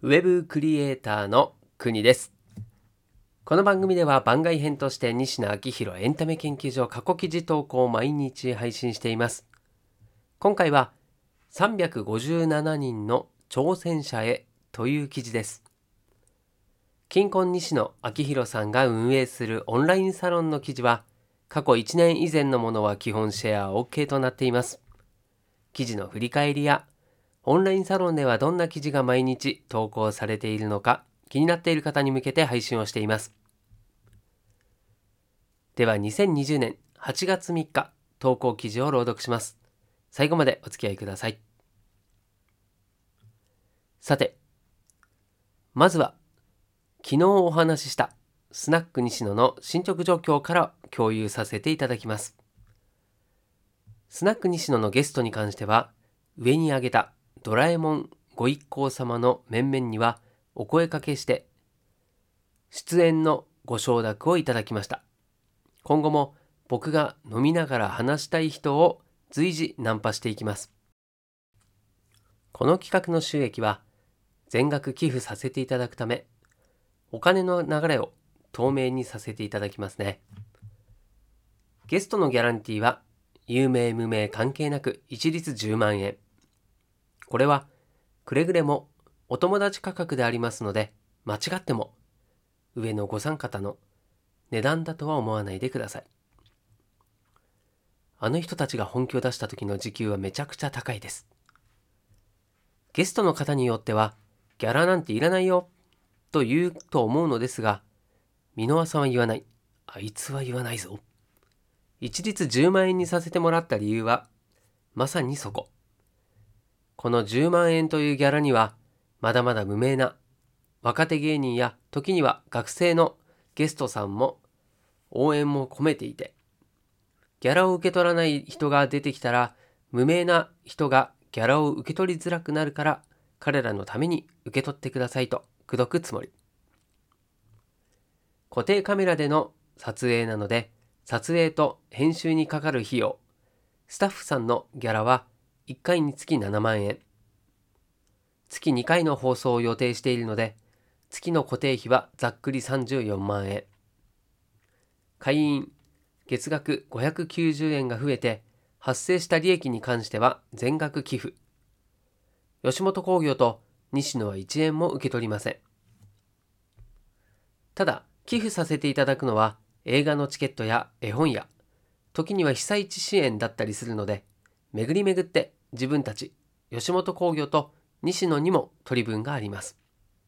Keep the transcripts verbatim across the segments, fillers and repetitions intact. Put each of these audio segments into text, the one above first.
ウェブクリエイターの国です。この番組では番外編として西野昭弘エンタメ研究所過去記事投稿を毎日配信しています。今回はさんびゃくごじゅうななにんの挑戦者へという記事です。近婚西野昭弘さんが運営するオンラインサロンの記事は過去いちねん以前のものは基本シェア OK となっています。記事の振り返りやオンラインサロンではどんな記事が毎日投稿されているのか気になっている方に向けて配信をしています。ではにせんにじゅうねんはちがつみっか投稿記事を朗読します。最後までお付き合いください。さて、まずは昨日お話ししたスナック西野の進捗状況から共有させていただきます。スナック西野のゲストに関しては上に挙げたドラえもんご一行様の面々にはお声かけして出演のご承諾をいただきました。今後も僕が飲みながら話したい人を随時ナンパしていきます。この企画の収益は全額寄付させていただくため、お金の流れを透明にさせていただきますね。ゲストのギャランティーは有名無名関係なく一律じゅうまんえん。これはくれぐれもお友達価格でありますので、間違っても上のご参方の値段だとは思わないでください。あの人たちが本気を出した時の時給はめちゃくちゃ高いです。ゲストの方によってはギャラなんていらないよと言うと思うのですが、箕輪さんは言わない。あいつは言わないぞ。一律じゅうまんえんにさせてもらった理由はまさにそこ。このじゅうまんえんというギャラにはまだまだ無名な若手芸人や時には学生のゲストさんも応援も込めていて、ギャラを受け取らない人が出てきたら無名な人がギャラを受け取りづらくなるから彼らのために受け取ってくださいと口説くつもり。固定カメラでの撮影なので撮影と編集にかかる費用、スタッフさんのギャラはいっかいにつきななまんえん。月にかいの放送を予定しているので、月の固定費はざっくりさんじゅうよんまんえん。会員月額ごひゃくきゅうじゅうえんが増えて、発生した利益に関しては全額寄付。吉本興業と西野はいちえんも受け取りません。ただ、寄付させていただくのは映画のチケットや絵本や、時には被災地支援だったりするので、巡り巡って自分たち吉本興業と西野にも取り分があります。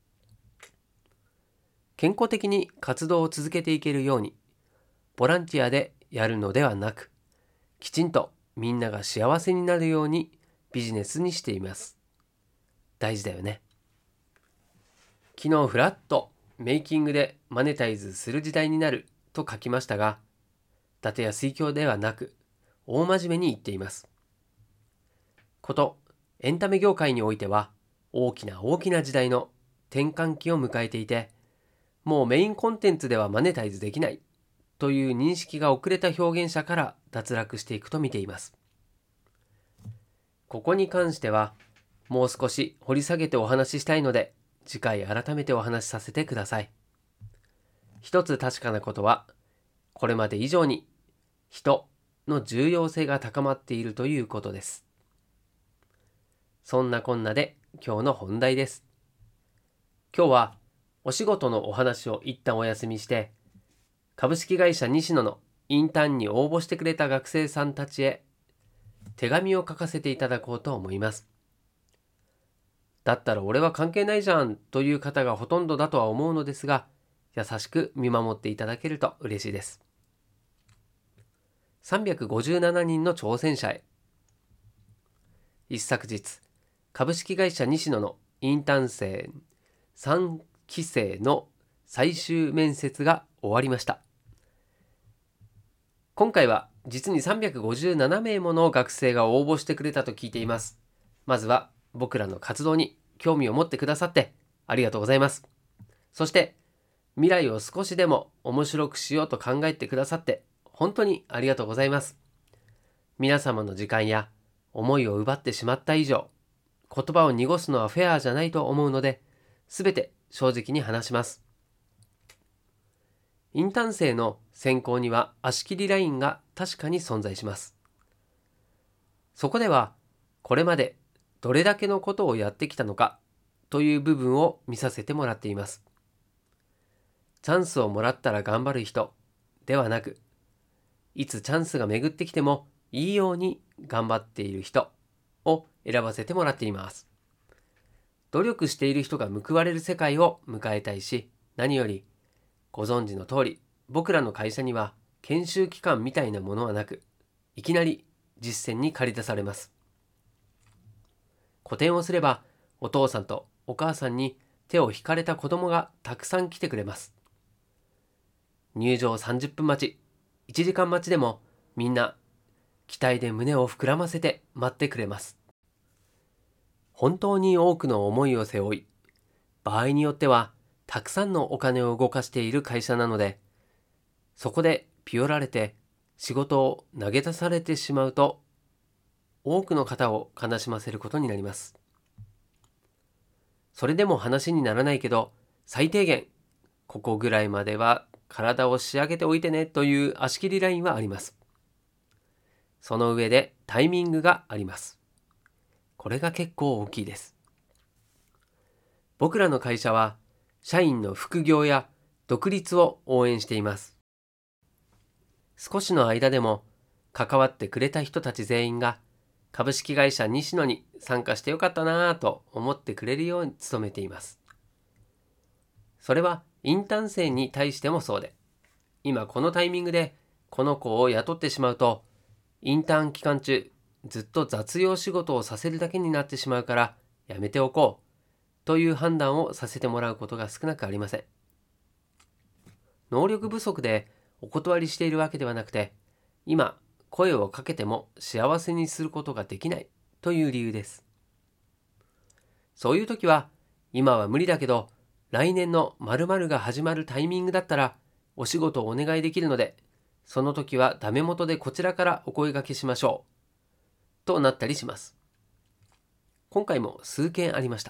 健康的に活動を続けていけるように、ボランティアでやるのではなく、きちんとみんなが幸せになるようにビジネスにしています。大事だよね。昨日フラッとメイキングでマネタイズする時代になると書きましたが、伊達や水郷ではなく、大真面目に言っています。ことエンタメ業界においては大きな大きな時代の転換期を迎えていて、もうメインコンテンツではマネタイズできないという認識が遅れた表現者から脱落していくと見ています。ここに関してはもう少し掘り下げてお話ししたいので、次回改めてお話しさせてください。一つ確かなことは、これまで以上に人の重要性が高まっているということです。そんなこんなで今日の本題です。今日はお仕事のお話を一旦お休みして、株式会社西野のインターンに応募してくれた学生さんたちへ手紙を書かせていただこうと思います。だったら俺は関係ないじゃんという方がほとんどだとは思うのですが、優しく見守っていただけると嬉しいです。さんびゃくごじゅうななにんの挑戦者へ。一昨日、株式会社西野のインターン生さんきせいの最終面接が終わりました。今回は実にさんびゃくごじゅうななめいもの学生が応募してくれたと聞いています。まずは僕らの活動に興味を持ってくださってありがとうございます。そして未来を少しでも面白くしようと考えてくださって本当にありがとうございます。皆様の時間や思いを奪ってしまった以上、言葉を濁すのはフェアじゃないと思うので、 すべて正直に話します。インターン生の選考には足切りラインが確かに存在します。そこでは、これまでどれだけのことをやってきたのかという部分を見させてもらっています。チャンスをもらったら頑張る人ではなく、いつチャンスが巡ってきてもいいように頑張っている人を選ばせてもらっています。努力している人が報われる世界を迎えたいし、何よりご存知の通り、僕らの会社には研修期間みたいなものはなく、いきなり実践に駆り出されます。個展をすれば、お父さんとお母さんに手を引かれた子供がたくさん来てくれます。入場さんじゅっぷん待ち、いちじかん待ちでもみんな期待で胸を膨らませて待ってくれます。本当に多くの思いを背負い、場合によってはたくさんのお金を動かしている会社なので、そこでピヨられて仕事を投げ出されてしまうと、多くの方を悲しませることになります。それでも話にならないけど、最低限ここぐらいまでは体を仕上げておいてねという足切りラインはあります。その上でタイミングがあります。これが結構大きいです。僕らの会社は社員の副業や独立を応援しています。少しの間でも関わってくれた人たち全員が株式会社西野に参加してよかったなぁと思ってくれるように努めています。それはインターン生に対してもそうで、今このタイミングでこの子を雇ってしまうと、インターン期間中ずっと雑用仕事をさせるだけになってしまうからやめておこうという判断をさせてもらうことが少なくありません。能力不足でお断りしているわけではなくて、今声をかけても幸せにすることができないという理由です。そういう時は、今は無理だけど来年の〇〇が始まるタイミングだったらお仕事をお願いできるので、その時はダメ元でこちらからお声掛けしましょうとなったりします。今回も数件ありました。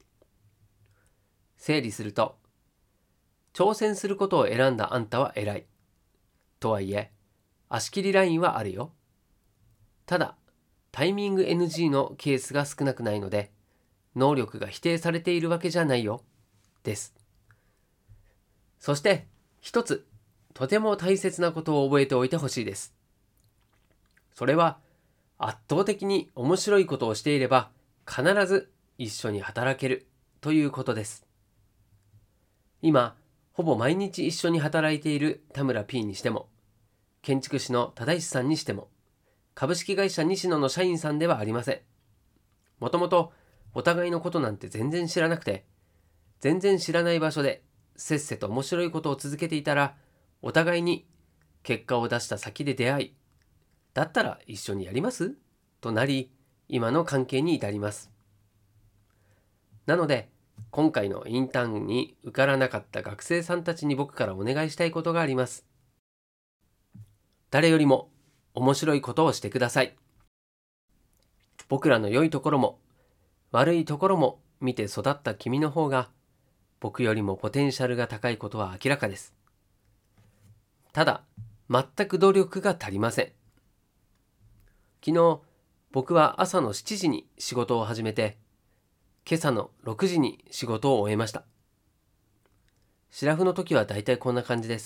整理すると、挑戦することを選んだあんたは偉い。とはいえ、足切りラインはあるよ。ただ、タイミング エヌジー のケースが少なくないので、能力が否定されているわけじゃないよ。です。そして、一つ、とても大切なことを覚えておいてほしいです。それは、圧倒的に面白いことをしていれば、必ず一緒に働けるということです。今、ほぼ毎日一緒に働いている田村 P にしても、建築士の忠石さんにしても、株式会社西野の社員さんではありません。もともとお互いのことなんて全然知らなくて、全然知らない場所でせっせと面白いことを続けていたら、お互いに結果を出した先で出会い、だったら一緒にやりますとなり、今の関係に至ります。なので、今回のインターンに受からなかった学生さんたちに僕からお願いしたいことがあります。誰よりも面白いことをしてください。僕らの良いところも悪いところも見て育った君の方が僕よりもポテンシャルが高いことは明らかです。ただ、全く努力が足りません。昨日、僕は朝のしちじに仕事を始めて、今朝のろくじに仕事を終えました。シラフの時はだいたいこんな感じです。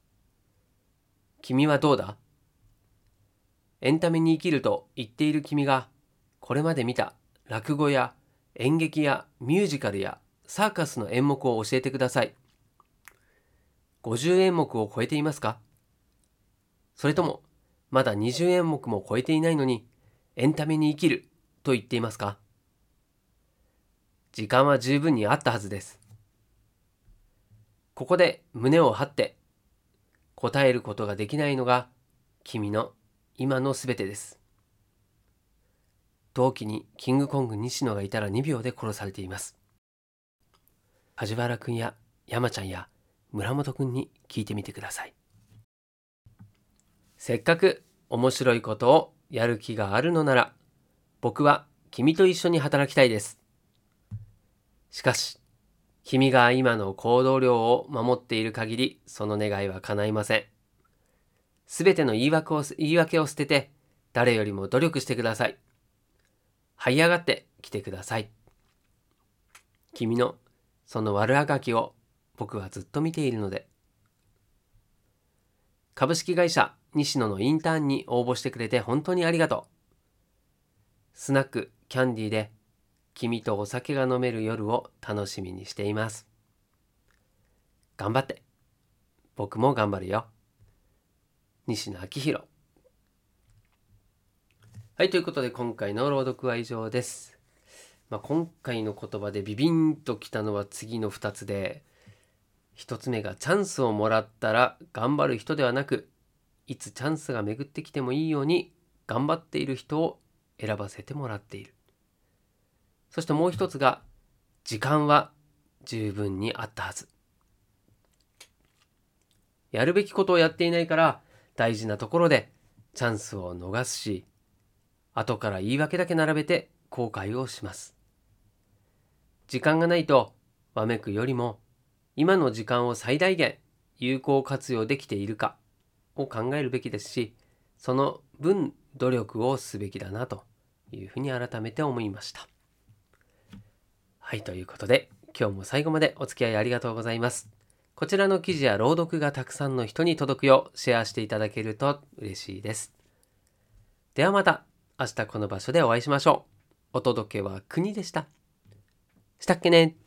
君はどうだ？エンタメに生きると言っている君が、これまで見た落語や演劇やミュージカルやサーカスの演目を教えてください。ごじゅう演目を超えていますか？それとも、まだにじゅう演目も超えていないのに、エンタメに生きると言っていますか？時間は十分にあったはずです。ここで胸を張って答えることができないのが君の今のすべてです。同期にキングコング西野がいたらにびょうで殺されています。梶原くんや山ちゃんや村本くんに聞いてみてください。せっかく面白いことをやる気があるのなら、僕は君と一緒に働きたいです。しかし、 君が今の行動量を守っている限り、その願いは叶いません。すべての言い訳を、言い訳を捨てて、誰よりも努力してください。這い上がってきてください。君のその悪あがきを僕はずっと見ているので。株式会社西野のインターンに応募してくれて本当にありがとう。スナックキャンディーで君とお酒が飲める夜を楽しみにしています。頑張って。僕も頑張るよ。西野昭弘。はい、ということで今回の朗読は以上です。まあ、今回の言葉でビビンときたのは次のふたつで、ひとつめがチャンスをもらったら頑張る人ではなく、いつチャンスが巡ってきてもいいように頑張っている人を選ばせてもらっている。そしてもう一つが、時間は十分にあったはず。やるべきことをやっていないから大事なところでチャンスを逃すし、後から言い訳だけ並べて後悔をします。時間がないとわめくよりも、今の時間を最大限有効活用できているかを考えるべきですし、その分努力をすべきだなというふうに改めて思いました。はい、ということで今日も最後までお付き合いありがとうございます。こちらの記事や朗読がたくさんの人に届くようシェアしていただけると嬉しいです。ではまた明日この場所でお会いしましょう。お届けは国でした。したっけね。